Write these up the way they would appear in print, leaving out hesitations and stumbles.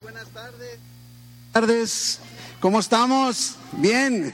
buenas tardes. Tardes, ¿cómo estamos? Bien.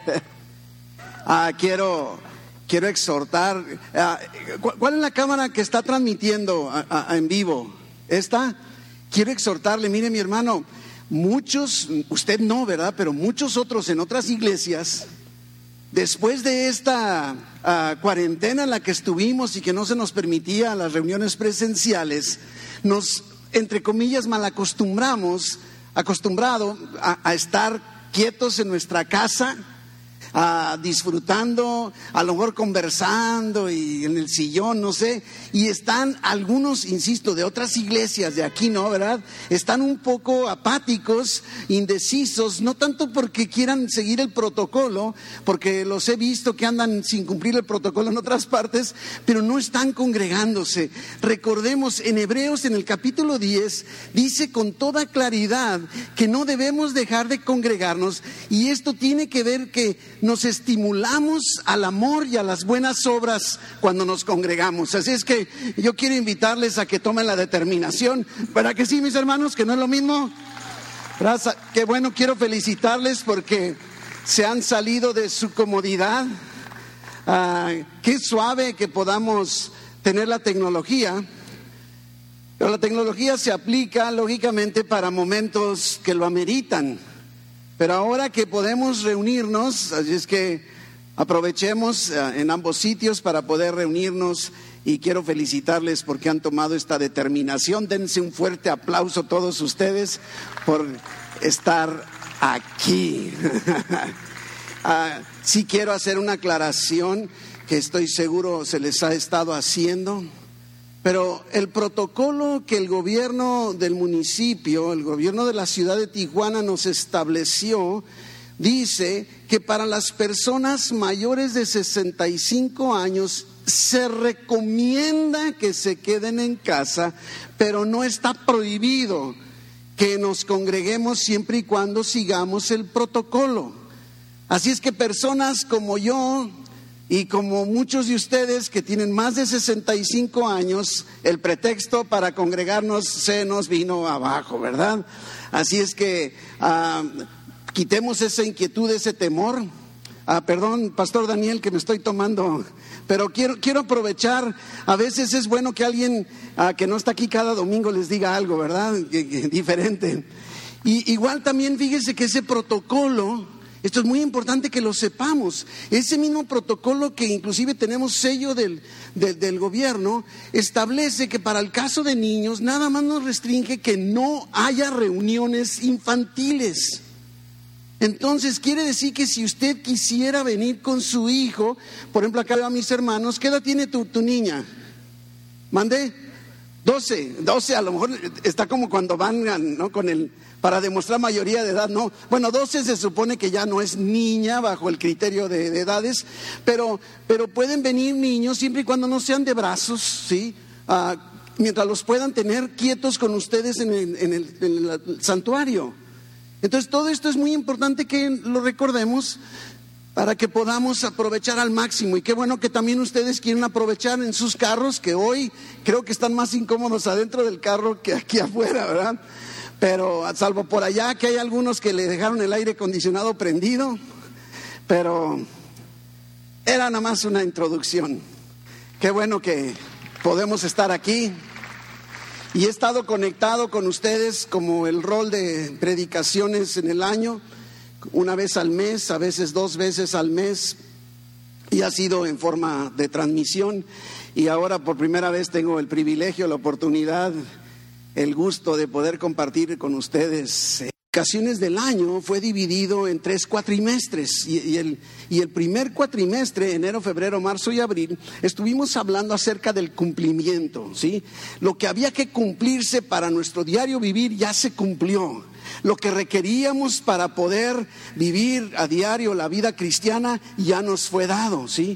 Quiero exhortar. ¿Cuál es la cámara que está transmitiendo en vivo? ¿Esta? Quiero exhortarle, mire mi hermano, muchos, usted no, ¿verdad? Pero muchos otros en otras iglesias, después de esta cuarentena en la que estuvimos y que no se nos permitía las reuniones presenciales, nos, entre comillas, acostumbrado a estar quietos en nuestra casa, disfrutando, a lo mejor conversando y en el sillón, no sé, y están algunos, insisto, de otras iglesias de aquí, ¿no? ¿Verdad? Están un poco apáticos, indecisos, no tanto porque quieran seguir el protocolo, porque los he visto que andan sin cumplir el protocolo en otras partes, pero no están congregándose. Recordemos, en Hebreos, en el capítulo 10, dice con toda claridad que no debemos dejar de congregarnos, y esto tiene que ver que nos estimulamos al amor y a las buenas obras cuando nos congregamos. Así es que yo quiero invitarles a que tomen la determinación. ¿Verdad que sí, mis hermanos? Que no es lo mismo. Qué bueno, quiero felicitarles porque se han salido de su comodidad. Qué suave que podamos tener la tecnología. Pero la tecnología se aplica lógicamente para momentos que lo ameritan. Pero ahora que podemos reunirnos, así es que aprovechemos en ambos sitios para poder reunirnos, y quiero felicitarles porque han tomado esta determinación. Dense un fuerte aplauso todos ustedes por estar aquí. Sí quiero hacer una aclaración que estoy seguro se les ha estado haciendo. Pero el protocolo que el gobierno del municipio, el gobierno de la ciudad de Tijuana nos estableció, dice que para las personas mayores de 65 años se recomienda que se queden en casa, pero no está prohibido que nos congreguemos siempre y cuando sigamos el protocolo. Así es que personas como yo y como muchos de ustedes que tienen más de 65 años, el pretexto para congregarnos se nos vino abajo, ¿verdad? Así es que quitemos esa inquietud, ese temor. Perdón, Pastor Daniel, que me estoy tomando, pero quiero aprovechar. A veces es bueno que alguien que no está aquí cada domingo les diga algo, ¿verdad? Diferente. Y igual también fíjese que ese protocolo, esto es muy importante que lo sepamos. Ese mismo protocolo que inclusive tenemos sello del gobierno, establece que para el caso de niños nada más nos restringe que no haya reuniones infantiles. Entonces quiere decir que si usted quisiera venir con su hijo, por ejemplo acá veo a mis hermanos, ¿qué edad tiene tu niña? ¿Mandé? 12, a lo mejor está como cuando van, ¿no? Para demostrar mayoría de edad, no. Bueno, 12 se supone que ya no es niña bajo el criterio de edades, pero pueden venir niños siempre y cuando no sean de brazos, ¿sí? Mientras los puedan tener quietos con ustedes en el santuario. Entonces todo esto es muy importante que lo recordemos para que podamos aprovechar al máximo. Y qué bueno que también ustedes quieren aprovechar en sus carros, que hoy creo que están más incómodos adentro del carro que aquí afuera, ¿verdad? Pero salvo por allá que hay algunos que le dejaron el aire acondicionado prendido, pero era nada más una introducción. Qué bueno que podemos estar aquí. Y he estado conectado con ustedes como el rol de predicaciones en el año, una vez al mes, a veces 2 veces al mes, y ha sido en forma de transmisión. Y ahora por primera vez tengo el privilegio, la oportunidad, el gusto de poder compartir con ustedes. Predicaciones del año fue dividido en 3 cuatrimestres y el primer cuatrimestre, enero, febrero, marzo y abril, estuvimos hablando acerca del cumplimiento, ¿sí? Lo que había que cumplirse para nuestro diario vivir ya se cumplió. Lo que requeríamos para poder vivir a diario la vida cristiana ya nos fue dado, ¿sí?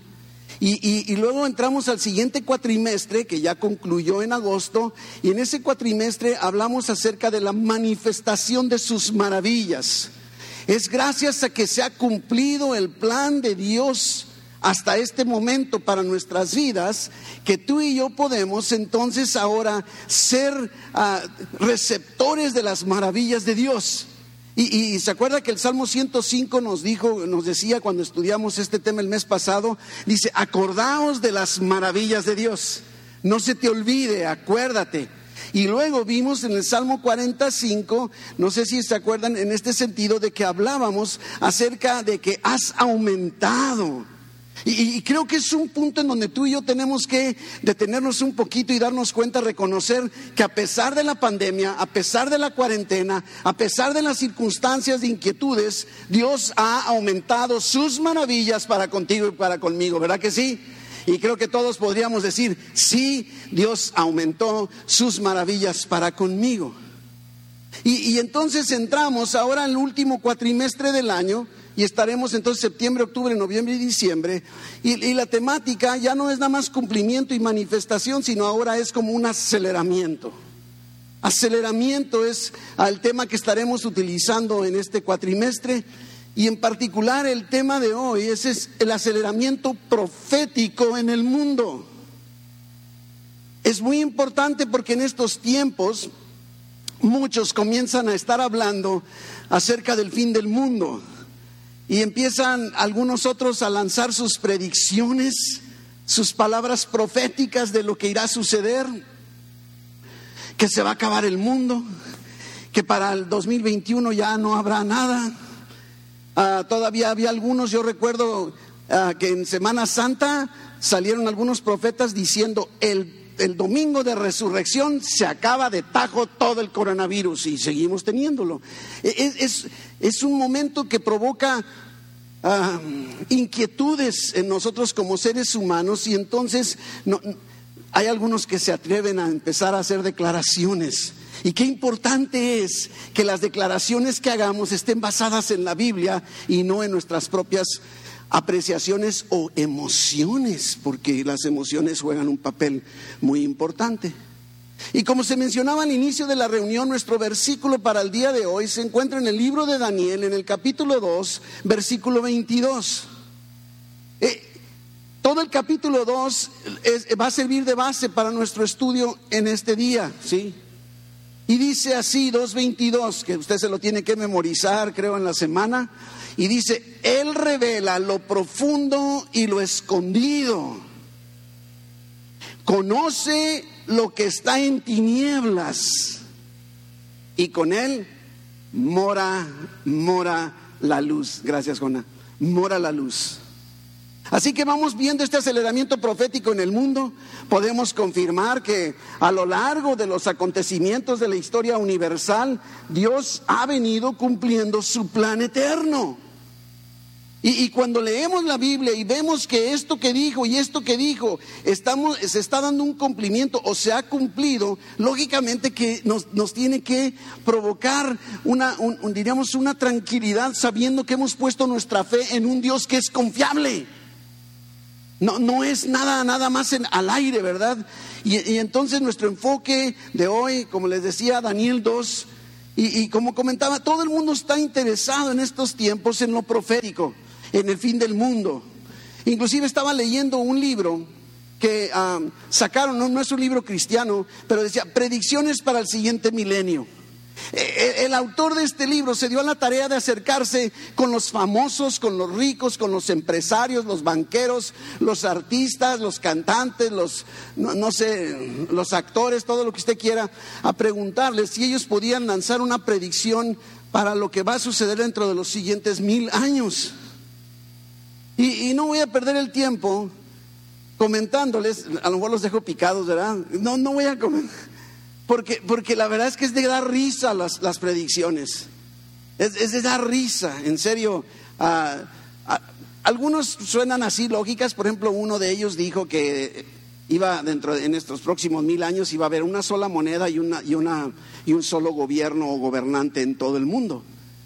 Y luego entramos al siguiente cuatrimestre que ya concluyó en agosto, y en ese cuatrimestre hablamos acerca de la manifestación de sus maravillas. Es gracias a que se ha cumplido el plan de Dios hasta este momento para nuestras vidas, que tú y yo podemos entonces ahora ser receptores de las maravillas de Dios. Y se acuerda que el Salmo 105 nos decía cuando estudiamos este tema el mes pasado, dice, acordaos de las maravillas de Dios, no se te olvide, acuérdate. Y luego vimos en el Salmo 45, no sé si se acuerdan en este sentido, de que hablábamos acerca de que has aumentado. Y creo que es un punto en donde tú y yo tenemos que detenernos un poquito y darnos cuenta, reconocer que a pesar de la pandemia, a pesar de la cuarentena, a pesar de las circunstancias de inquietudes, Dios ha aumentado sus maravillas para contigo y para conmigo, ¿verdad que sí? Y creo que todos podríamos decir, sí, Dios aumentó sus maravillas para conmigo. Y entonces entramos ahora en el último cuatrimestre del año, y estaremos entonces septiembre, octubre, noviembre y diciembre. Y la temática ya no es nada más cumplimiento y manifestación, sino ahora es como un aceleramiento. Aceleramiento es el tema que estaremos utilizando en este cuatrimestre. Y en particular el tema de hoy es el aceleramiento profético en el mundo. Es muy importante porque en estos tiempos muchos comienzan a estar hablando acerca del fin del mundo. Y empiezan algunos otros a lanzar sus predicciones, sus palabras proféticas de lo que irá a suceder, que se va a acabar el mundo, que para el 2021 ya no habrá nada. Todavía había algunos, yo recuerdo que en Semana Santa salieron algunos profetas diciendo el domingo de resurrección se acaba de tajo todo el coronavirus, y seguimos teniéndolo. Es un momento que provoca inquietudes en nosotros como seres humanos, y entonces hay algunos que se atreven a empezar a hacer declaraciones. Y qué importante es que las declaraciones que hagamos estén basadas en la Biblia y no en nuestras propias apreciaciones o emociones, porque las emociones juegan un papel muy importante. Y como se mencionaba al inicio de la reunión, nuestro versículo para el día de hoy se encuentra en el libro de Daniel, en el capítulo 2, versículo 22. Todo el capítulo 2 va a servir de base para nuestro estudio en este día, ¿sí? Y dice así, 2:22, que usted se lo tiene que memorizar, creo, en la semana. Y dice, Él revela lo profundo y lo escondido. Conoce lo que está en tinieblas. Y con Él mora la luz. Gracias, Jona. Mora la luz. Así que vamos viendo este aceleramiento profético en el mundo. Podemos confirmar que a lo largo de los acontecimientos de la historia universal, Dios ha venido cumpliendo su plan eterno. Y cuando leemos la Biblia y vemos que esto que dijo y esto que dijo se está dando un cumplimiento o se ha cumplido, lógicamente que nos tiene que provocar diríamos una tranquilidad, sabiendo que hemos puesto nuestra fe en un Dios que es confiable. No es nada más al aire, ¿verdad? Y entonces nuestro enfoque de hoy, como les decía, Daniel 2, y como comentaba, todo el mundo está interesado en estos tiempos en lo profético, en el fin del mundo. Inclusive estaba leyendo un libro que sacaron, no es un libro cristiano, pero decía predicciones para el siguiente milenio. El autor de este libro se dio a la tarea de acercarse con los famosos, con los ricos, con los empresarios, los banqueros, los artistas, los cantantes, los actores, todo lo que usted quiera, a preguntarles si ellos podían lanzar una predicción para lo que va a suceder dentro de los siguientes 1000 años. Y no voy a perder el tiempo comentándoles, a lo mejor los dejo picados, ¿verdad? No voy a comentar. Porque la verdad es que es de dar risa las predicciones. Es de dar risa, en serio. Algunos suenan así lógicas. Por ejemplo, uno de ellos dijo que en estos próximos 1000 años iba a haber una sola moneda y un solo gobierno o gobernante en todo el mundo.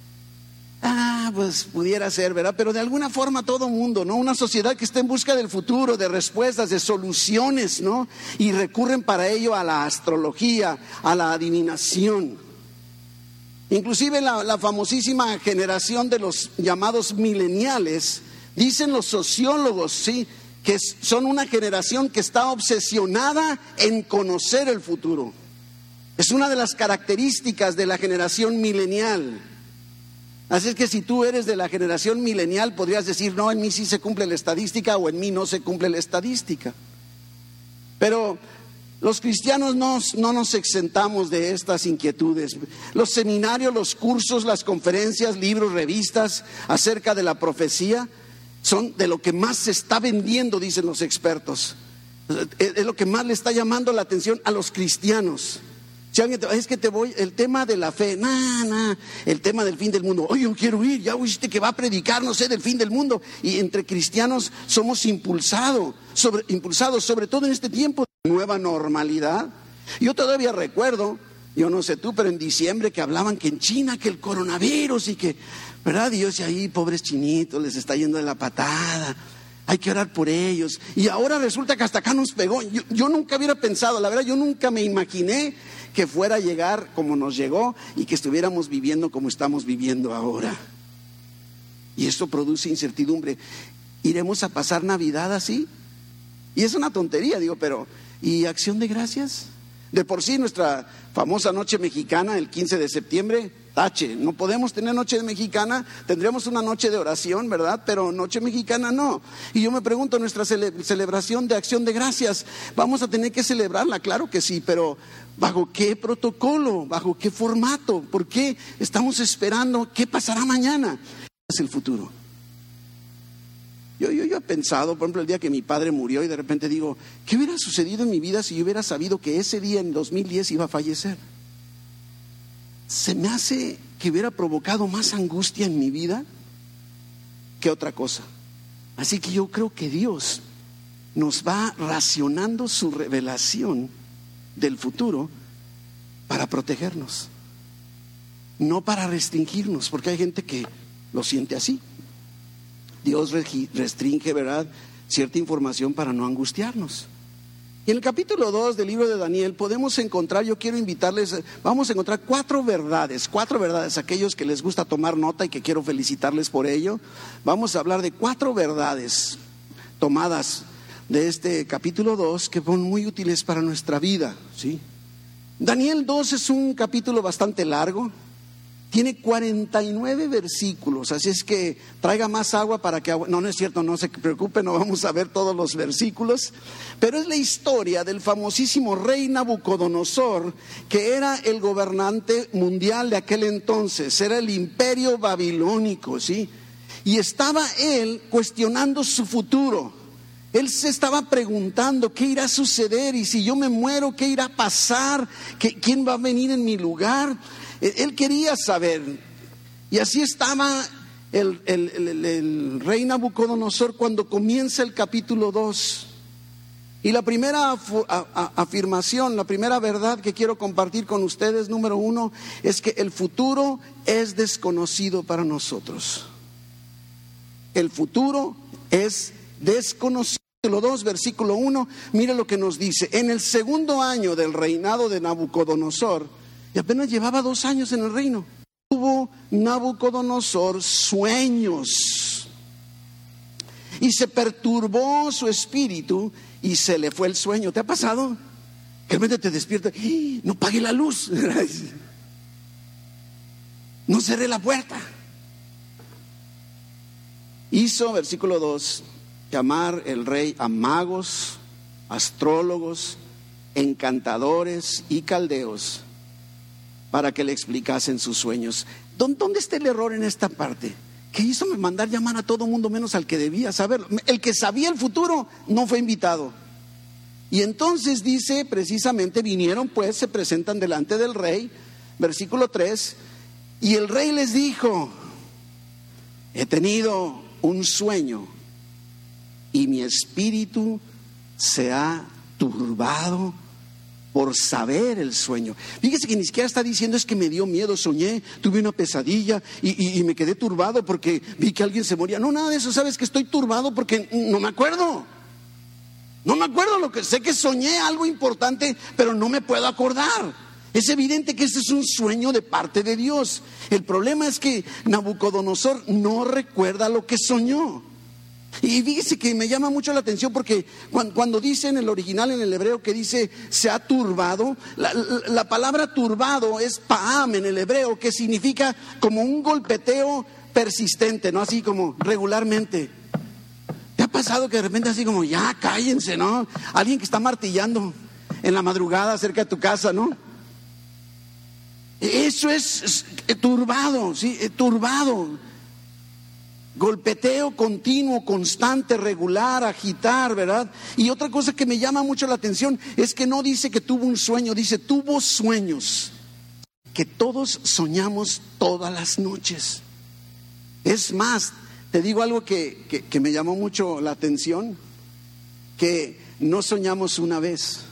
Pues pudiera ser, ¿verdad? Pero de alguna forma todo mundo, ¿no? Una sociedad que está en busca del futuro, de respuestas, de soluciones, ¿no? Y recurren para ello a la astrología, a la adivinación. Inclusive la famosísima generación de los llamados mileniales Dicen los sociólogos, sí, que son una generación que está obsesionada en conocer el futuro. Es una de las características de la generación milenial. Así es que si tú eres de la generación milenial, podrías decir, no, en mí sí se cumple la estadística o en mí no se cumple la estadística. Pero los cristianos no nos exentamos de estas inquietudes. Los seminarios, los cursos, las conferencias, libros, revistas acerca de la profecía son de lo que más se está vendiendo, dicen los expertos. Es lo que más le está llamando la atención a los cristianos. Si alguien es que el tema de la fe, el tema del fin del mundo, oye, yo quiero ir, ya oíste que va a predicar, no sé, del fin del mundo. Y entre cristianos somos impulsados, sobre todo en este tiempo de nueva normalidad. Yo todavía recuerdo, yo no sé tú, pero en diciembre que hablaban que en China, que el coronavirus y que, ¿verdad? Dios, y ahí pobres chinitos, les está yendo de la patada. Hay que orar por ellos. Y ahora resulta que hasta acá nos pegó. Yo nunca hubiera pensado, la verdad, yo nunca me imaginé que fuera a llegar como nos llegó y que estuviéramos viviendo como estamos viviendo ahora. Y esto produce incertidumbre. ¿Iremos a pasar Navidad así? Y es una tontería, digo, pero ¿y acción de gracias? De por sí nuestra famosa noche mexicana, el 15 de septiembre, tache, no podemos tener noche mexicana, tendremos una noche de oración, ¿verdad? Pero noche mexicana no. Y yo me pregunto, nuestra celebración de acción de gracias, ¿vamos a tener que celebrarla? Claro que sí, pero ¿bajo qué protocolo? ¿Bajo qué formato? ¿Por qué estamos esperando qué pasará mañana? Es el futuro. Yo he pensado, por ejemplo, el día que mi padre murió y de repente digo, ¿qué hubiera sucedido en mi vida si yo hubiera sabido que ese día en 2010 iba a fallecer? Se me hace que hubiera provocado más angustia en mi vida que otra cosa. Así que yo creo que Dios nos va racionando su revelación del futuro para protegernos, no para restringirnos, porque hay gente que lo siente así. Dios restringe, ¿verdad?, cierta información para no angustiarnos. Y en el capítulo 2 del libro de Daniel podemos encontrar, yo quiero invitarles, vamos a encontrar cuatro verdades, aquellos que les gusta tomar nota y que quiero felicitarles por ello. Vamos a hablar de 4 verdades tomadas de este capítulo 2 que son muy útiles para nuestra vida, ¿sí? Daniel 2 es un capítulo bastante largo. Tiene 49 versículos, así es que traiga más agua para que... No es cierto, no se preocupe, no vamos a ver todos los versículos. Pero es la historia del famosísimo rey Nabucodonosor, que era el gobernante mundial de aquel entonces, era el imperio babilónico, ¿sí? Y estaba él cuestionando su futuro. Él se estaba preguntando qué irá a suceder y si yo me muero, qué irá a pasar, quién va a venir en mi lugar. Él quería saber. Y así estaba el rey Nabucodonosor cuando comienza el capítulo 2. Y la primera afirmación, la primera verdad que quiero compartir con ustedes, número 1, es que el futuro es desconocido para nosotros. El futuro es desconocido. Capítulo 2, versículo 1, mire lo que nos dice. En el segundo año del reinado de Nabucodonosor, y apenas llevaba 2 años en el reino, tuvo Nabucodonosor sueños y se perturbó su espíritu y se le fue el sueño. ¿Te ha pasado? Que de repente te despierta, no pagué la luz, no cerré la puerta. Hizo, versículo 2, llamar el rey a magos, astrólogos, encantadores y caldeos para que le explicasen sus sueños. ¿Dónde está el error en esta parte? Que hizo mandar llamar a todo mundo menos al que debía saberlo. El que sabía el futuro no fue invitado. Y entonces dice precisamente, vinieron pues, se presentan delante del rey, versículo 3, y el rey les dijo, he tenido un sueño y mi espíritu se ha turbado por saber el sueño. Fíjese que ni siquiera está diciendo es que me dio miedo, soñé, tuve una pesadilla y me quedé turbado porque vi que alguien se moría. No, nada de eso. Sabes que estoy turbado porque no me acuerdo. No me acuerdo, lo que sé que soñé algo importante, pero no me puedo acordar. Es evidente que este es un sueño de parte de Dios. El problema es que Nabucodonosor no recuerda lo que soñó. Y fíjese que me llama mucho la atención porque cuando dice en el original, en el hebreo, que dice se ha turbado, la palabra turbado es pa'am en el hebreo, que significa como un golpeteo persistente, ¿no? Así como regularmente. ¿Te ha pasado que de repente así como, ya cállense, ¿no? Alguien que está martillando en la madrugada cerca de tu casa, ¿no? Eso es turbado, ¿sí? Turbado. Golpeteo continuo, constante, regular, agitar, ¿verdad? Y otra cosa que me llama mucho la atención es que no dice que tuvo un sueño, dice tuvo sueños, que todos soñamos todas las noches. Es más, te digo algo que me llamó mucho la atención, que no soñamos una vez.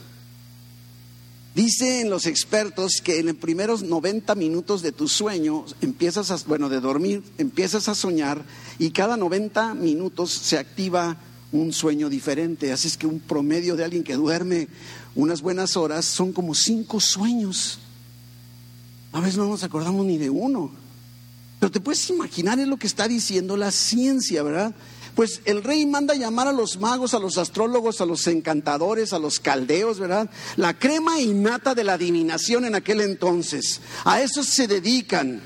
Dicen los expertos que en los primeros 90 minutos de tu sueño de dormir, empiezas a soñar y cada 90 minutos se activa un sueño diferente. Así es que un promedio de alguien que duerme unas buenas horas son como 5 sueños. A veces no nos acordamos ni de uno. Pero te puedes imaginar, es lo que está diciendo la ciencia, ¿verdad? Pues el rey manda llamar a los magos, a los astrólogos, a los encantadores, a los caldeos, ¿verdad? La crema innata de la adivinación en aquel entonces. A eso se dedican.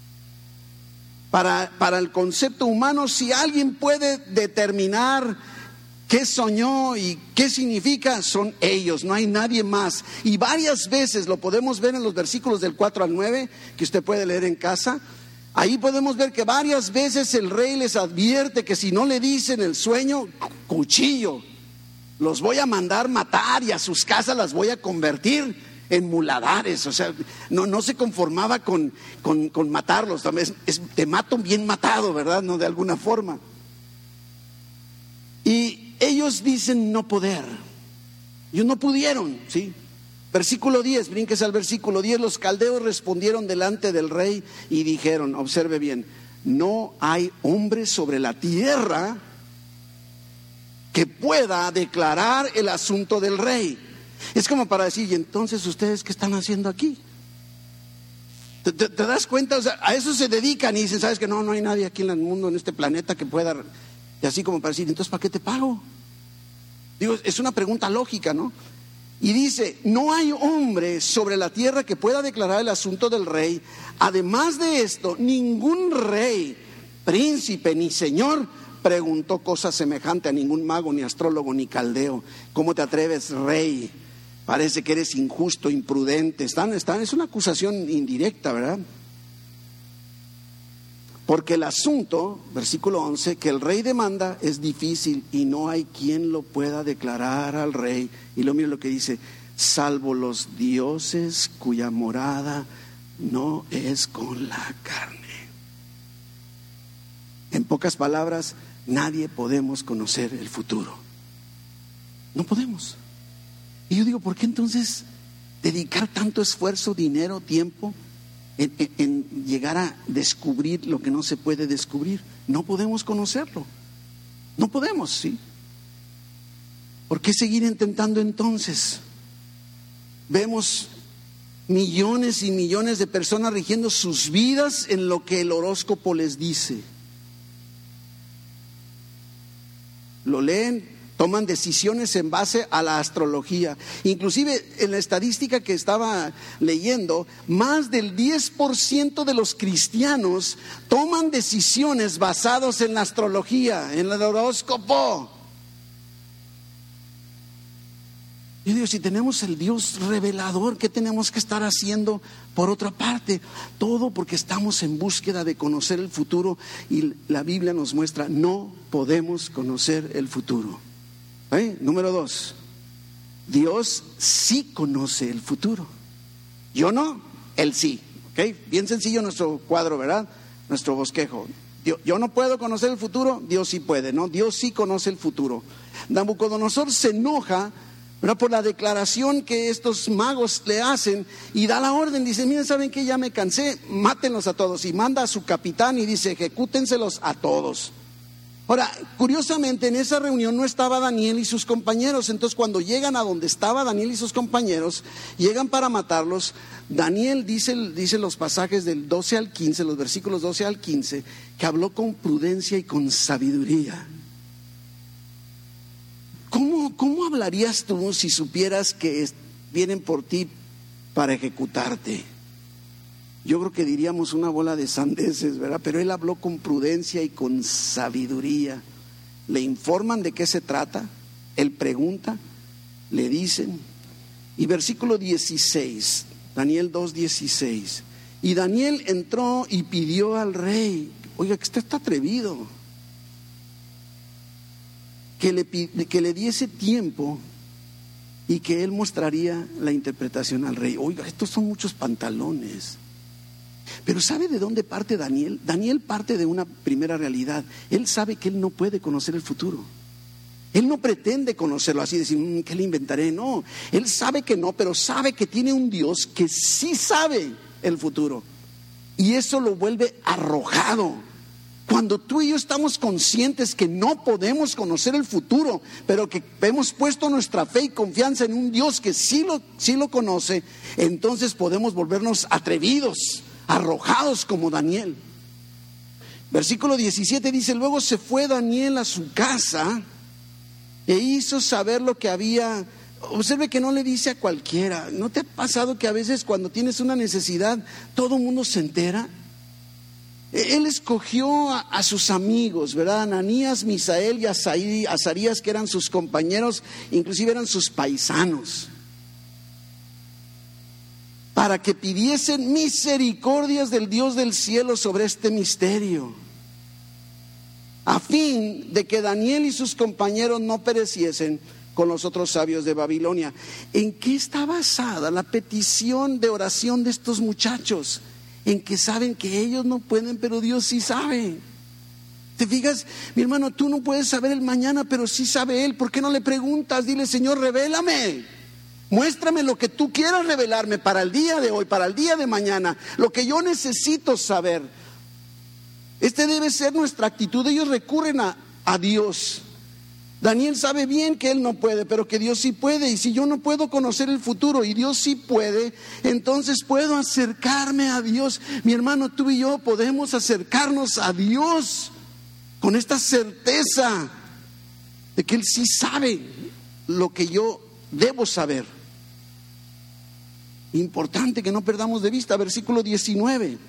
Para el concepto humano, si alguien puede determinar qué soñó y qué significa, son ellos, no hay nadie más. Y varias veces lo podemos ver en los versículos del 4 al 9, que usted puede leer en casa. Ahí podemos ver que varias veces el rey les advierte que si no le dicen el sueño, cuchillo, los voy a mandar matar y a sus casas las voy a convertir en muladares. O sea, no se conformaba con matarlos, te mato bien matado, ¿verdad? No, de alguna forma. Y ellos dicen no poder. Ellos no pudieron, ¿sí? Versículo 10, brínquese al versículo 10. Los caldeos respondieron delante del rey y dijeron, observe bien, no hay hombre sobre la tierra que pueda declarar el asunto del rey. Es como para decir, ¿y entonces ustedes qué están haciendo aquí? ¿Te das cuenta? O sea, a eso se dedican y dicen, ¿sabes que no hay nadie aquí en el mundo, en este planeta que pueda? Y así como para decir, entonces ¿para qué te pago? Digo, es una pregunta lógica, ¿no? Y dice, no hay hombre sobre la tierra que pueda declarar el asunto del rey. Además de esto, ningún rey, príncipe ni señor preguntó cosa semejante a ningún mago, ni astrólogo, ni caldeo. ¿Cómo te atreves, rey? Parece que eres injusto, imprudente. Es una acusación indirecta, ¿verdad? Porque el asunto, versículo 11, que el rey demanda es difícil y no hay quien lo pueda declarar al rey. Y mira lo que dice, salvo los dioses cuya morada no es con la carne. En pocas palabras, nadie podemos conocer el futuro. No podemos. Y yo digo, ¿por qué entonces dedicar tanto esfuerzo, dinero, tiempo en llegar a descubrir lo que no se puede descubrir? No podemos conocerlo. No podemos, ¿sí? ¿Por qué seguir intentando entonces? Vemos millones y millones de personas rigiendo sus vidas en lo que el horóscopo les dice. Lo leen, toman decisiones en base a la astrología. Inclusive en la estadística que estaba leyendo, más del 10% de los cristianos toman decisiones basadas en la astrología, en el horóscopo. Yo digo, si tenemos el Dios revelador, ¿qué tenemos que estar haciendo por otra parte? Todo porque estamos en búsqueda de conocer el futuro y la Biblia nos muestra, no podemos conocer el futuro. Número 2, Dios sí conoce el futuro. Yo no, Él sí. Bien sencillo nuestro cuadro, ¿verdad? Nuestro bosquejo. Yo no puedo conocer el futuro, Dios sí puede, ¿no? Dios sí conoce el futuro. Nabucodonosor se enoja, ¿verdad?, por la declaración que estos magos le hacen y da la orden, dice, miren, ¿saben qué? Ya me cansé, mátenlos a todos. Y manda a su capitán y dice, ejecútenselos a todos. Ahora, curiosamente en esa reunión no estaba Daniel y sus compañeros. Entonces cuando llegan a donde estaba Daniel y sus compañeros, llegan para matarlos. Daniel dice los pasajes del 12 al 15, los versículos 12 al 15, que habló con prudencia y con sabiduría. hablarías tú si supieras que vienen por ti para ejecutarte? Yo creo que diríamos una bola de sandeces, ¿verdad? Pero él habló con prudencia y con sabiduría. Le informan de qué se trata, él pregunta, le dicen. Y versículo 16, Daniel 2:16. Y Daniel entró y pidió al rey, oiga, que usted está atrevido, que le diese tiempo y que él mostraría la interpretación al rey. Oiga, estos son muchos pantalones. Pero ¿sabe de dónde parte Daniel? Daniel parte de una primera realidad. Él sabe que él no puede conocer el futuro. Él no pretende conocerlo así, decir, ¿qué le inventaré? No, él sabe que no, pero sabe que tiene un Dios que sí sabe el futuro. Y eso lo vuelve arrojado. Cuando tú y yo estamos conscientes que no podemos conocer el futuro, pero que hemos puesto nuestra fe y confianza en un Dios que sí lo conoce, entonces podemos volvernos atrevidos, arrojados como Daniel. Versículo 17 dice, luego se fue Daniel a su casa e hizo saber lo que había. Observe que no le dice a cualquiera. ¿No te ha pasado que a veces cuando tienes una necesidad todo el mundo se entera? Él escogió a sus amigos, ¿verdad? Ananías, Misael y Azarías, que eran sus compañeros, inclusive eran sus paisanos, para que pidiesen misericordias del Dios del cielo sobre este misterio, a fin de que Daniel y sus compañeros no pereciesen con los otros sabios de Babilonia. ¿En qué está basada la petición de oración de estos muchachos? En que saben que ellos no pueden, pero Dios sí sabe. ¿Te fijas? Mi hermano, tú no puedes saber el mañana, pero sí sabe Él. ¿Por qué no le preguntas? Dile, Señor, revélame. Muéstrame lo que tú quieras revelarme para el día de hoy, para el día de mañana, lo que yo necesito saber. Debe ser nuestra actitud. Ellos recurren a Dios. Daniel sabe bien que él no puede, pero que Dios sí puede. Y si yo no puedo conocer el futuro y Dios sí puede, entonces puedo acercarme a Dios. Mi hermano, tú y yo podemos acercarnos a Dios con esta certeza de que Él sí sabe lo que yo debo saber. Importante que no perdamos de vista. Versículo 19.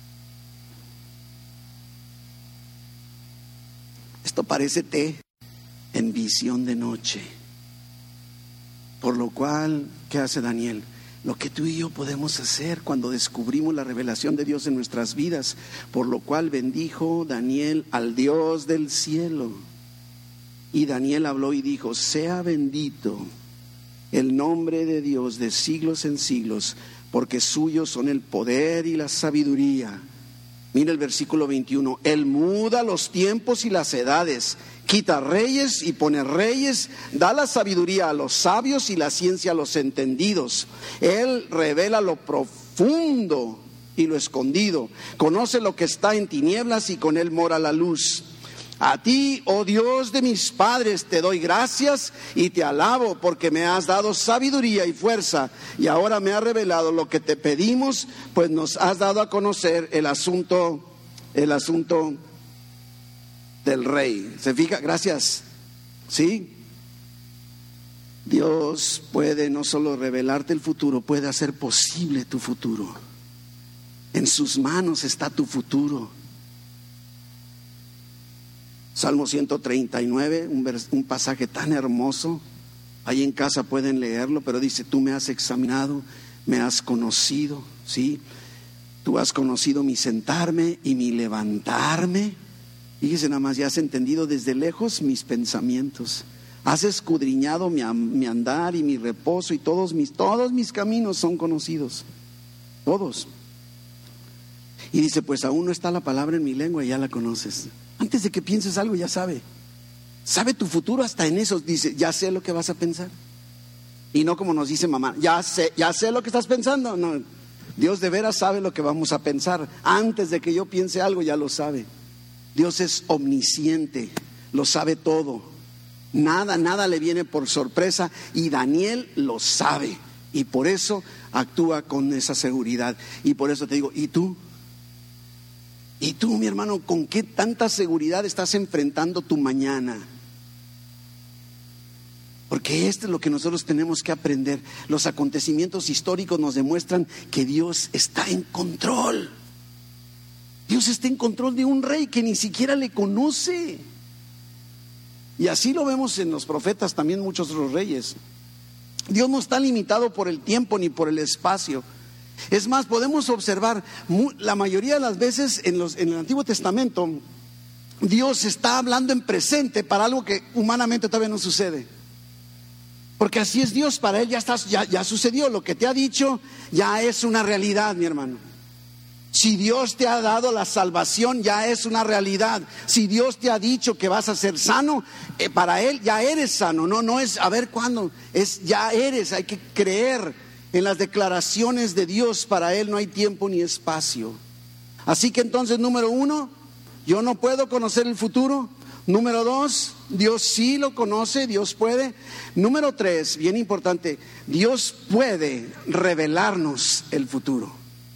Esto parece en visión de noche. Por lo cual, ¿qué hace Daniel? Lo que tú y yo podemos hacer cuando descubrimos la revelación de Dios en nuestras vidas. Por lo cual bendijo Daniel al Dios del cielo. Y Daniel habló y dijo, sea bendito el nombre de Dios de siglos en siglos, porque suyos son el poder y la sabiduría. Mira el versículo 21. Él muda los tiempos y las edades, quita reyes y pone reyes, da la sabiduría a los sabios y la ciencia a los entendidos. Él revela lo profundo y lo escondido, conoce lo que está en tinieblas y con él mora la luz. A ti, oh Dios de mis padres, te doy gracias y te alabo porque me has dado sabiduría y fuerza y ahora me has revelado lo que te pedimos, pues nos has dado a conocer el asunto del rey. ¿Se fija? Gracias. ¿Sí? Dios puede no solo revelarte el futuro, puede hacer posible tu futuro. En sus manos está tu futuro. Salmo 139, un pasaje tan hermoso. Ahí en casa pueden leerlo, pero dice, tú me has examinado, me has conocido, ¿sí? Tú has conocido mi sentarme y mi levantarme. Fíjese nada más, ya has entendido desde lejos mis pensamientos. Has escudriñado mi andar y mi reposo y todos mis caminos son conocidos. Todos. Y dice, pues aún no está la palabra en mi lengua y ya la conoces. Antes de que pienses algo ya sabe. Sabe tu futuro hasta en eso. Dice, ya sé lo que vas a pensar. Y no como nos dice mamá, ya sé lo que estás pensando. No, Dios de veras sabe lo que vamos a pensar. Antes de que yo piense algo ya lo sabe. Dios es omnisciente, lo sabe todo. Nada le viene por sorpresa y Daniel lo sabe. Y por eso actúa con esa seguridad. Y por eso te digo, ¿y tú? ¿Y tú, mi hermano, con qué tanta seguridad estás enfrentando tu mañana? Porque esto es lo que nosotros tenemos que aprender. Los acontecimientos históricos nos demuestran que Dios está en control. Dios está en control de un rey que ni siquiera le conoce. Y así lo vemos en los profetas, también muchos de los reyes. Dios no está limitado por el tiempo ni por el espacio. Es más, podemos observar la mayoría de las veces en el Antiguo Testamento, Dios está hablando en presente para algo que humanamente todavía no sucede. Porque así es Dios, para Él ya sucedió. Lo que te ha dicho ya es una realidad, mi hermano. Si Dios te ha dado la salvación, ya es una realidad. Si Dios te ha dicho que vas a ser sano, para Él ya eres sano. No es a ver cuándo, es ya eres. Hay que creer en las declaraciones de Dios. Para Él no hay tiempo ni espacio. Así que entonces, número 1, yo no puedo conocer el futuro. Número 2, Dios sí lo conoce, Dios puede. Número 3, bien importante, Dios puede revelarnos el futuro.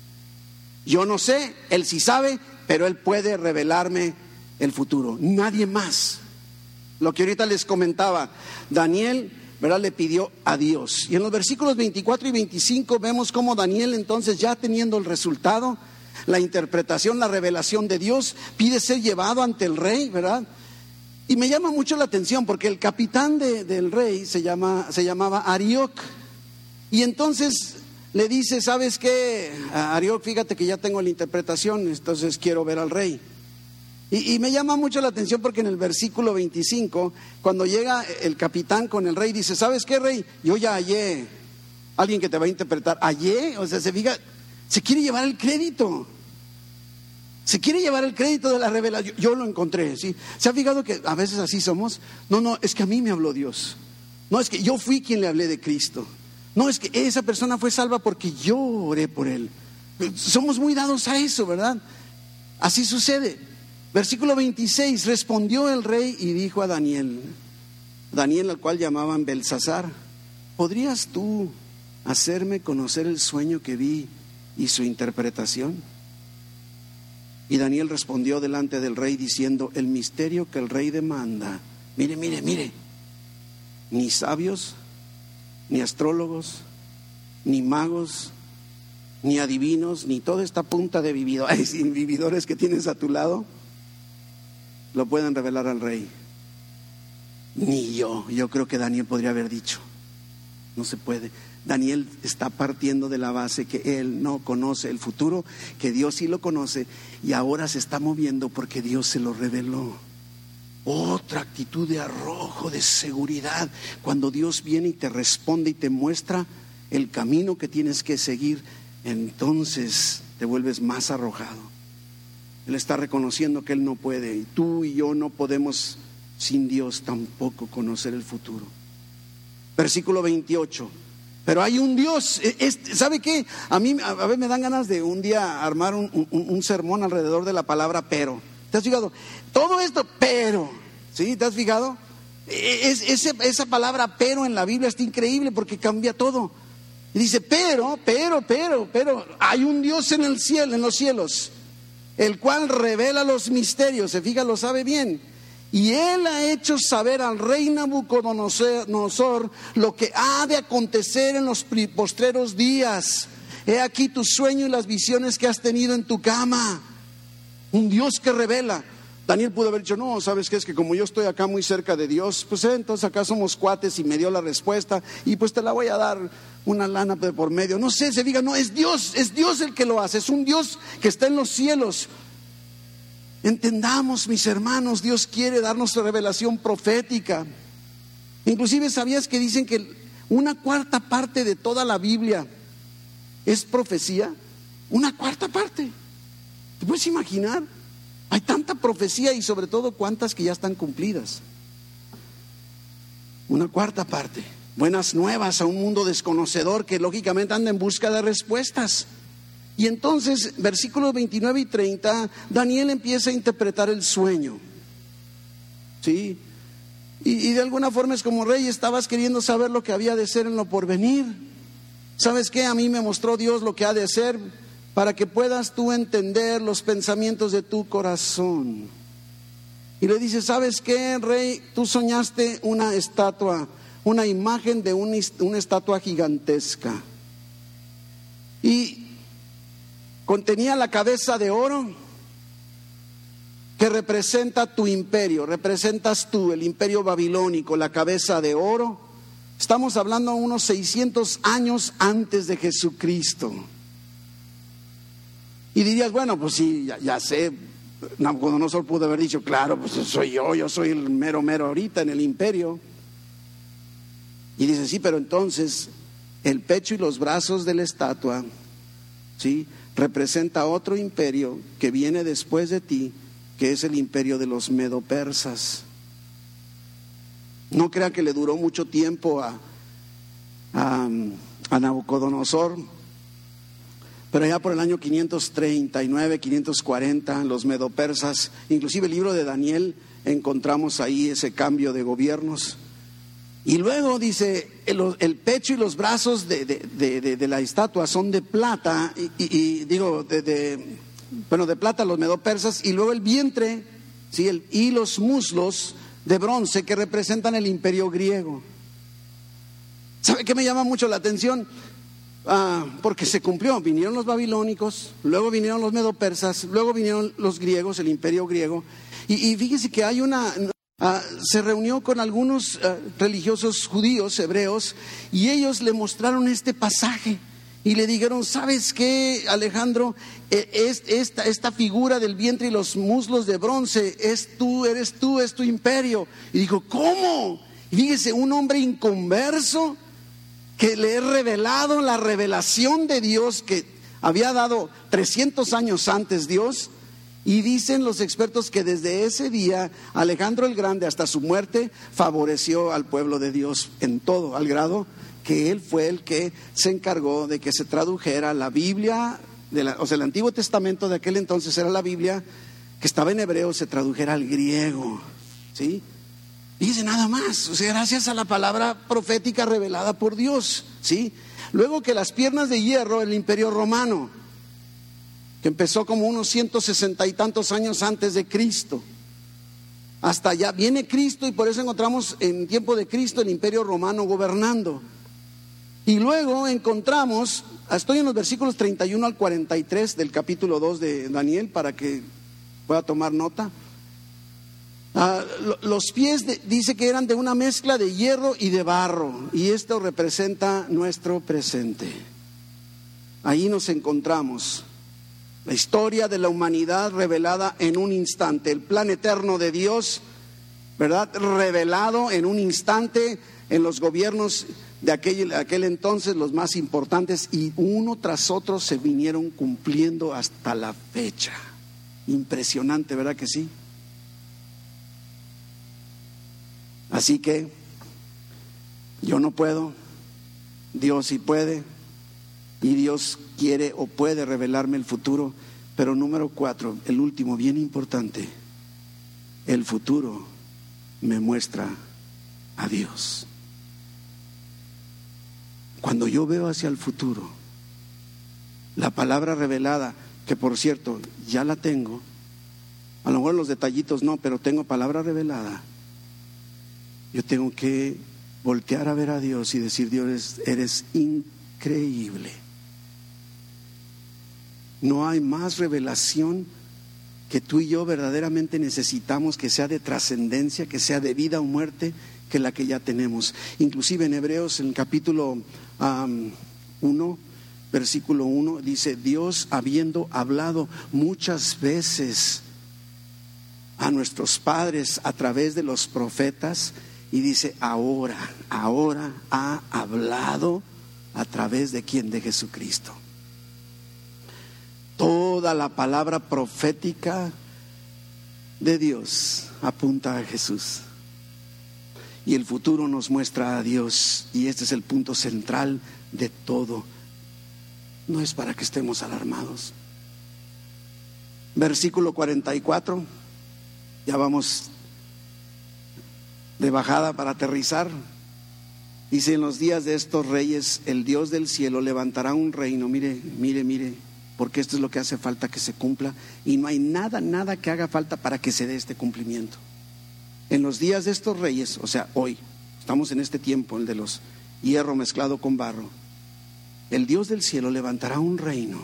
Yo no sé, Él sí sabe, pero Él puede revelarme el futuro. Nadie más. Lo que ahorita les comentaba, Daniel, ¿verdad?, le pidió a Dios. Y en los versículos 24 y 25 vemos cómo Daniel, entonces, ya teniendo el resultado, la interpretación, la revelación de Dios, pide ser llevado ante el rey, ¿verdad? Y me llama mucho la atención porque el capitán del rey se llamaba Arioc. Y entonces le dice, ¿sabes qué, Arioc? Fíjate que ya tengo la interpretación, entonces quiero ver al rey. Y me llama mucho la atención porque en el versículo 25, cuando llega el capitán con el rey, dice, ¿sabes qué, rey? Yo ya hallé alguien que te va a interpretar. ¿Hallé? O sea, se quiere llevar el crédito. Se quiere llevar el crédito de la revelación. Yo lo encontré, ¿sí? ¿Se ha fijado que a veces así somos? No, es que a mí me habló Dios. No, es que yo fui quien le hablé de Cristo. No, es que esa persona fue salva porque yo oré por él. Somos muy dados a eso, ¿verdad? Así sucede. Versículo 26, respondió el rey y dijo a Daniel, al cual llamaban Belsasar, ¿podrías tú hacerme conocer el sueño que vi y su interpretación? Y Daniel respondió delante del rey diciendo, el misterio que el rey demanda, mire, ni sabios, ni astrólogos, ni magos, ni adivinos, ni toda esta punta de vividores que tienes a tu lado, lo pueden revelar al rey. Ni yo creo que Daniel podría haber dicho, no se puede. Daniel está partiendo de la base que él no conoce el futuro, que Dios sí lo conoce y ahora se está moviendo porque Dios se lo reveló. Otra actitud de arrojo, de seguridad, cuando Dios viene y te responde y te muestra el camino que tienes que seguir, entonces te vuelves más arrojado. Él está reconociendo que él no puede y tú y yo no podemos sin Dios tampoco conocer el futuro. Versículo 28. Pero hay un Dios, ¿sabe qué? A ver, me dan ganas de un día armar un sermón alrededor de la palabra pero. ¿Te has fijado? Todo esto, pero, ¿sí? ¿Te has fijado? Esa palabra pero en la Biblia está increíble porque cambia todo. Y dice, pero, hay un Dios en el cielo, en los cielos, el cual revela los misterios, se fija, lo sabe bien. Y él ha hecho saber al rey Nabucodonosor lo que ha de acontecer en los postreros días. He aquí tu sueño y las visiones que has tenido en tu cama. Un Dios que revela. Daniel pudo haber dicho, no, ¿sabes qué? Es que como yo estoy acá muy cerca de Dios, pues entonces acá somos cuates y me dio la respuesta y pues te la voy a dar una lana por medio. No sé, se diga, no, es Dios el que lo hace, es un Dios que está en los cielos. Entendamos, mis hermanos, Dios quiere darnos revelación profética. Inclusive, ¿sabías que dicen que una cuarta parte de toda la Biblia es profecía? Una cuarta parte. ¿Te puedes imaginar? Hay tanta profecía y sobre todo cuántas que ya están cumplidas. Una cuarta parte. Buenas nuevas a un mundo desconocedor que lógicamente anda en busca de respuestas. Y entonces, versículos 29 y 30, Daniel empieza a interpretar el sueño. ¿Sí? Y de alguna forma es como rey, estabas queriendo saber lo que había de ser en lo porvenir. ¿Sabes qué? A mí me mostró Dios lo que ha de ser para que puedas tú entender los pensamientos de tu corazón. Y le dice, ¿sabes qué, rey? Tú soñaste una estatua una imagen de una estatua gigantesca. Y contenía la cabeza de oro que representa tu imperio, representas tú, el imperio babilónico, la cabeza de oro. Estamos hablando unos 600 años antes de Jesucristo. Y dirías, bueno, pues sí, ya sé, Nabucodonosor pudo haber dicho, claro, pues soy yo soy el mero ahorita en el imperio. Y dice, sí, pero entonces el pecho y los brazos de la estatua, ¿sí?, representa otro imperio que viene después de ti, que es el imperio de los medo-persas. No crea que le duró mucho tiempo a Nabucodonosor, pero ya por el año 539, 540, los medo-persas, inclusive el libro de Daniel, encontramos ahí ese cambio de gobiernos. Y luego dice, el pecho y los brazos de la estatua son de plata, de plata los medo-persas, y luego el vientre, ¿sí?, y los muslos de bronce que representan el imperio griego. ¿Sabe qué me llama mucho la atención? Porque se cumplió, vinieron los babilónicos, luego vinieron los medo-persas, luego vinieron los griegos, el imperio griego, y fíjese que hay se reunió con algunos religiosos judíos, hebreos, y ellos le mostraron este pasaje y le dijeron, ¿sabes qué, Alejandro? Esta figura del vientre y los muslos de bronce eres tú, es tu imperio. Y dijo, ¿cómo? Y fíjese, un hombre inconverso que le he revelado la revelación de Dios que había dado 300 años antes Dios. Y dicen los expertos que desde ese día Alejandro el Grande hasta su muerte favoreció al pueblo de Dios en todo, al grado que él fue el que se encargó de que se tradujera la Biblia, el Antiguo Testamento de aquel entonces era la Biblia, que estaba en hebreo, se tradujera al griego, ¿sí? Dice nada más, o sea, gracias a la palabra profética revelada por Dios, ¿sí? Luego que las piernas de hierro, el imperio romano, que empezó como unos 160 y tantos años antes de Cristo. Hasta allá viene Cristo y por eso encontramos en tiempo de Cristo el imperio romano gobernando. Y luego encontramos, estoy en los versículos 31 al 43 del capítulo 2 de Daniel para que pueda tomar nota. Los pies dice que eran de una mezcla de hierro y de barro, y esto representa nuestro presente. Ahí nos encontramos. La historia de la humanidad revelada en un instante, el plan eterno de Dios, ¿verdad?, revelado en un instante en los gobiernos de aquel entonces, los más importantes, y uno tras otro se vinieron cumpliendo hasta la fecha. Impresionante, ¿verdad que sí? Así que yo no puedo, Dios sí puede. Y Dios quiere o puede revelarme el futuro. Pero número 4, el último, bien importante, el futuro me muestra a Dios. Cuando yo veo hacia el futuro, la palabra revelada, que por cierto ya la tengo, a lo mejor los detallitos no, pero tengo palabra revelada, yo tengo que voltear a ver a Dios y decir, Dios, eres increíble. No hay más revelación que tú y yo verdaderamente necesitamos, que sea de trascendencia, que sea de vida o muerte, que la que ya tenemos. Inclusive en Hebreos, en el capítulo 1, versículo 1, dice, Dios habiendo hablado muchas veces a nuestros padres a través de los profetas, y dice, ahora ha hablado a través de ¿quién? De Jesucristo. Toda la palabra profética de Dios apunta a Jesús. Y el futuro nos muestra a Dios. Y este es el punto central de todo. No es para que estemos alarmados. Versículo 44. Ya vamos de bajada para aterrizar. Dice, en los días de estos reyes, el Dios del cielo levantará un reino. Mire, porque esto es lo que hace falta que se cumpla, y no hay nada que haga falta para que se dé este cumplimiento. En los días de estos reyes, o sea, hoy, estamos en este tiempo, el de los hierro mezclado con barro, el Dios del cielo levantará un reino,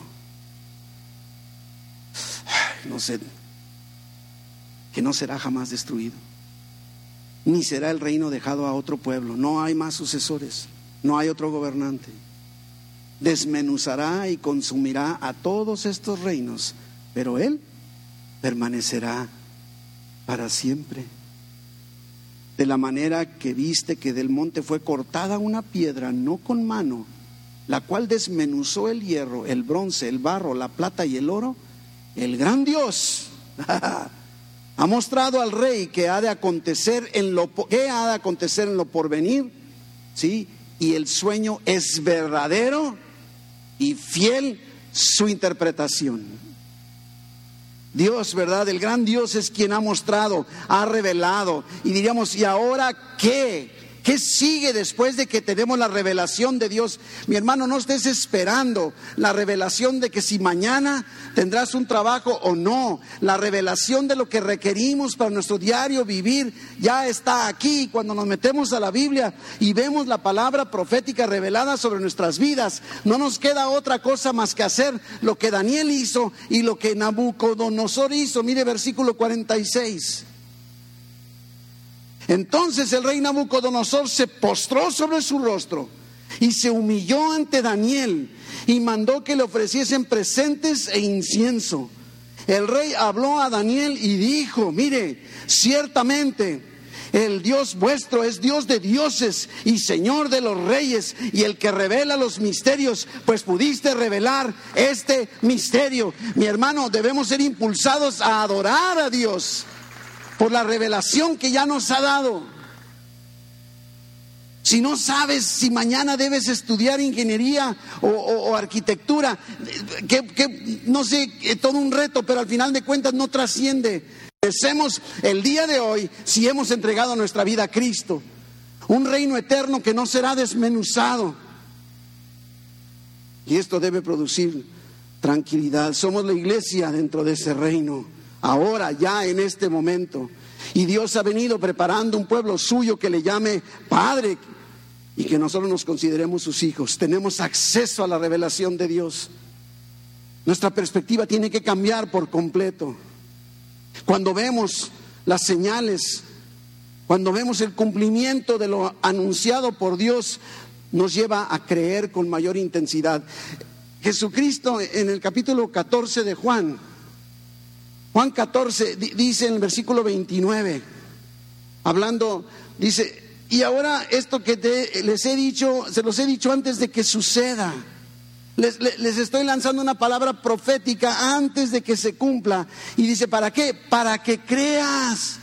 no sé, que no será jamás destruido, ni será el reino dejado a otro pueblo. No hay más sucesores, no hay otro gobernante. Desmenuzará y consumirá a todos estos reinos, pero Él permanecerá para siempre. De la manera que viste que del monte fue cortada una piedra, no con mano, la cual desmenuzó el hierro, el bronce, el barro, la plata y el oro, el gran Dios ha mostrado al rey que ha de acontecer en lo porvenir, ¿sí? Y el sueño es verdadero y fiel su interpretación. Dios, ¿verdad? El gran Dios es quien ha mostrado, ha revelado. Y diríamos, ¿y ahora qué? ¿Qué sigue después de que tenemos la revelación de Dios? Mi hermano, no estés esperando la revelación de que si mañana tendrás un trabajo o no. La revelación de lo que requerimos para nuestro diario vivir ya está aquí. Cuando nos metemos a la Biblia y vemos la palabra profética revelada sobre nuestras vidas, no nos queda otra cosa más que hacer lo que Daniel hizo y lo que Nabucodonosor hizo. Mire versículo 46. Entonces el rey Nabucodonosor se postró sobre su rostro y se humilló ante Daniel y mandó que le ofreciesen presentes e incienso. El rey habló a Daniel y dijo: mire, ciertamente el Dios vuestro es Dios de dioses y Señor de los reyes, y el que revela los misterios, pues pudiste revelar este misterio. Mi hermano, debemos ser impulsados a adorar a Dios por la revelación que ya nos ha dado. Si no sabes si mañana debes estudiar ingeniería o arquitectura, que no sé, todo un reto, pero al final de cuentas no trasciende. Pensemos el día de hoy si hemos entregado nuestra vida a Cristo, un reino eterno que no será desmenuzado. Y esto debe producir tranquilidad. Somos la iglesia dentro de ese reino. Ahora, ya en este momento. Y Dios ha venido preparando un pueblo suyo que le llame Padre y que nosotros nos consideremos sus hijos. Tenemos acceso a la revelación de Dios. Nuestra perspectiva tiene que cambiar por completo. Cuando vemos las señales, cuando vemos el cumplimiento de lo anunciado por Dios, nos lleva a creer con mayor intensidad. Jesucristo en el capítulo 14 de Juan 14 dice en el versículo 29, hablando, dice: y ahora esto que les he dicho, se los he dicho antes de que suceda. Les estoy lanzando una palabra profética antes de que se cumpla. Y dice: ¿para qué? Para que creas.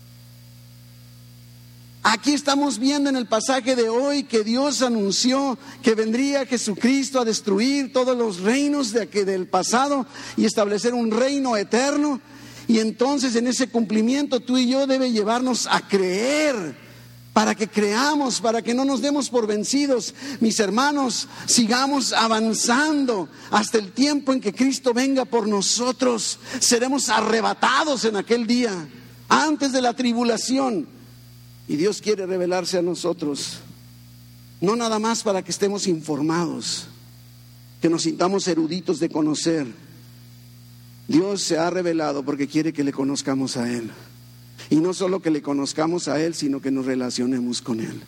Aquí estamos viendo en el pasaje de hoy que Dios anunció que vendría Jesucristo a destruir todos los reinos del pasado y establecer un reino eterno. Y entonces en ese cumplimiento tú y yo debe llevarnos a creer, para que creamos, para que no nos demos por vencidos. Mis hermanos, sigamos avanzando hasta el tiempo en que Cristo venga por nosotros. Seremos arrebatados en aquel día, antes de la tribulación. Y Dios quiere revelarse a nosotros, no nada más para que estemos informados, que nos sintamos eruditos de conocer. Dios se ha revelado porque quiere que le conozcamos a Él. Y no solo que le conozcamos a Él, sino que nos relacionemos con Él.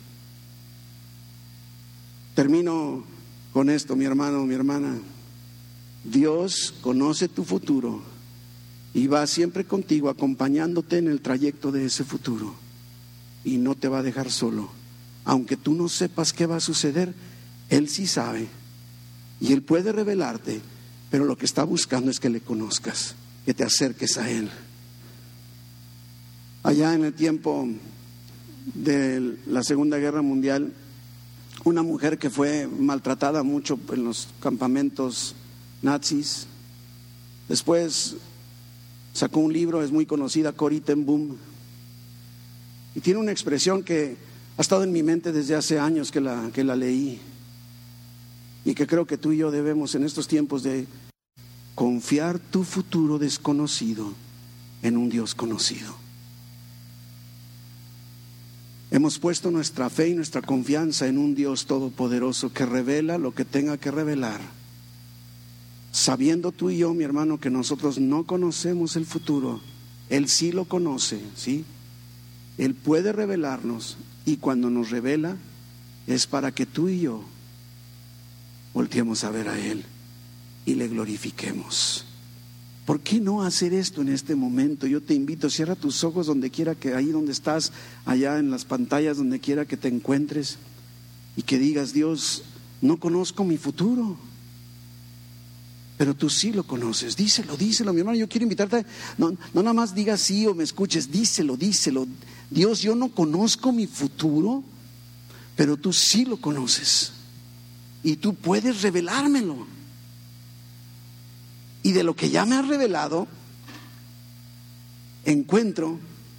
Termino con esto, mi hermano, mi hermana. Dios conoce tu futuro y va siempre contigo, acompañándote en el trayecto de ese futuro. Y no te va a dejar solo. Aunque tú no sepas qué va a suceder, Él sí sabe. Y Él puede revelarte, pero lo que está buscando es que le conozcas, que te acerques a Él. Allá en el tiempo de la Segunda Guerra Mundial, una mujer que fue maltratada mucho en los campamentos nazis, después sacó un libro, es muy conocida, Corrie ten Boom. Y tiene una expresión que ha estado en mi mente desde hace años que la leí, y que creo que tú y yo debemos en estos tiempos de confiar tu futuro desconocido en un Dios conocido. Hemos puesto nuestra fe y nuestra confianza en un Dios todopoderoso que revela lo que tenga que revelar. Sabiendo tú y yo, mi hermano, que nosotros no conocemos el futuro, Él sí lo conoce, ¿sí? Él puede revelarnos, y cuando nos revela es para que tú y yo volteemos a ver a Él y le glorifiquemos. ¿Por qué no hacer esto en este momento? Yo te invito, cierra tus ojos donde quiera que, ahí donde estás, allá en las pantallas, donde quiera que te encuentres, y que digas: Dios, no conozco mi futuro, pero tú sí lo conoces. Díselo, mi hermano. Yo quiero invitarte, no nada más digas sí o me escuches, díselo. Dios, yo no conozco mi futuro, pero tú sí lo conoces, y tú puedes revelármelo. Y de lo que ya me has revelado, encuentro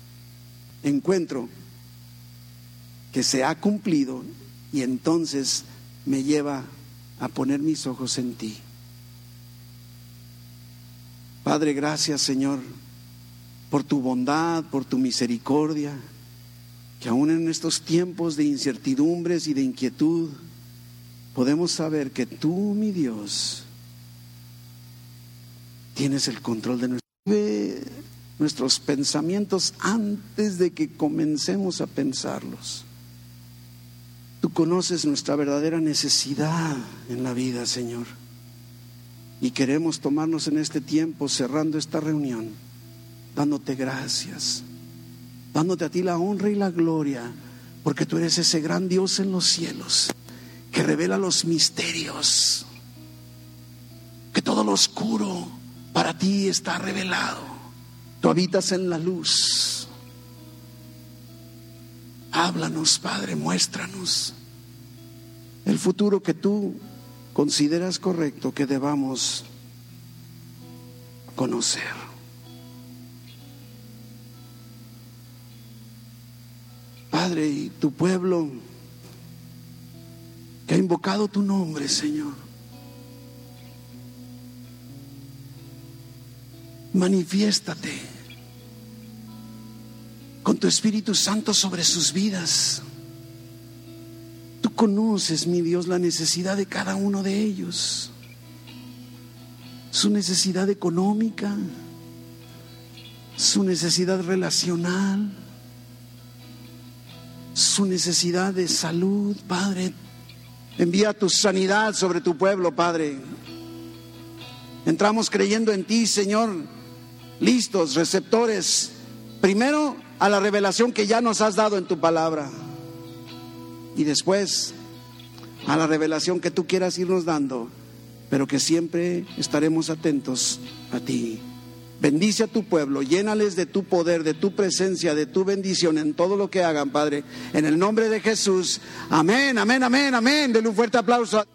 que se ha cumplido, y entonces me lleva a poner mis ojos en ti. Padre, gracias, Señor, por tu bondad, por tu misericordia, que aún en estos tiempos de incertidumbres y de inquietud podemos saber que tú, mi Dios, tienes el control de nuestros pensamientos antes de que comencemos a pensarlos. Tú conoces nuestra verdadera necesidad en la vida, Señor. Y queremos tomarnos en este tiempo, cerrando esta reunión, dándote gracias, dándote a ti la honra y la gloria, porque tú eres ese gran Dios en los cielos, que revela los misterios, que todo lo oscuro para ti está revelado. Tú habitas en la luz. Háblanos, Padre, muéstranos el futuro que tú consideras correcto que debamos conocer. Padre, y tu pueblo que ha invocado tu nombre, Señor, manifiéstate con tu Espíritu Santo sobre sus vidas. Tú conoces, mi Dios, la necesidad de cada uno de ellos, su necesidad económica, su necesidad relacional, su necesidad de salud. Padre, envía tu sanidad sobre tu pueblo, Padre. Entramos creyendo en ti, Señor, listos, receptores, primero a la revelación que ya nos has dado en tu palabra, y después a la revelación que tú quieras irnos dando, pero que siempre estaremos atentos a ti. Bendice a tu pueblo, llénales de tu poder, de tu presencia, de tu bendición en todo lo que hagan, Padre, en el nombre de Jesús. Amén, amén, amén, amén. Denle un fuerte aplauso.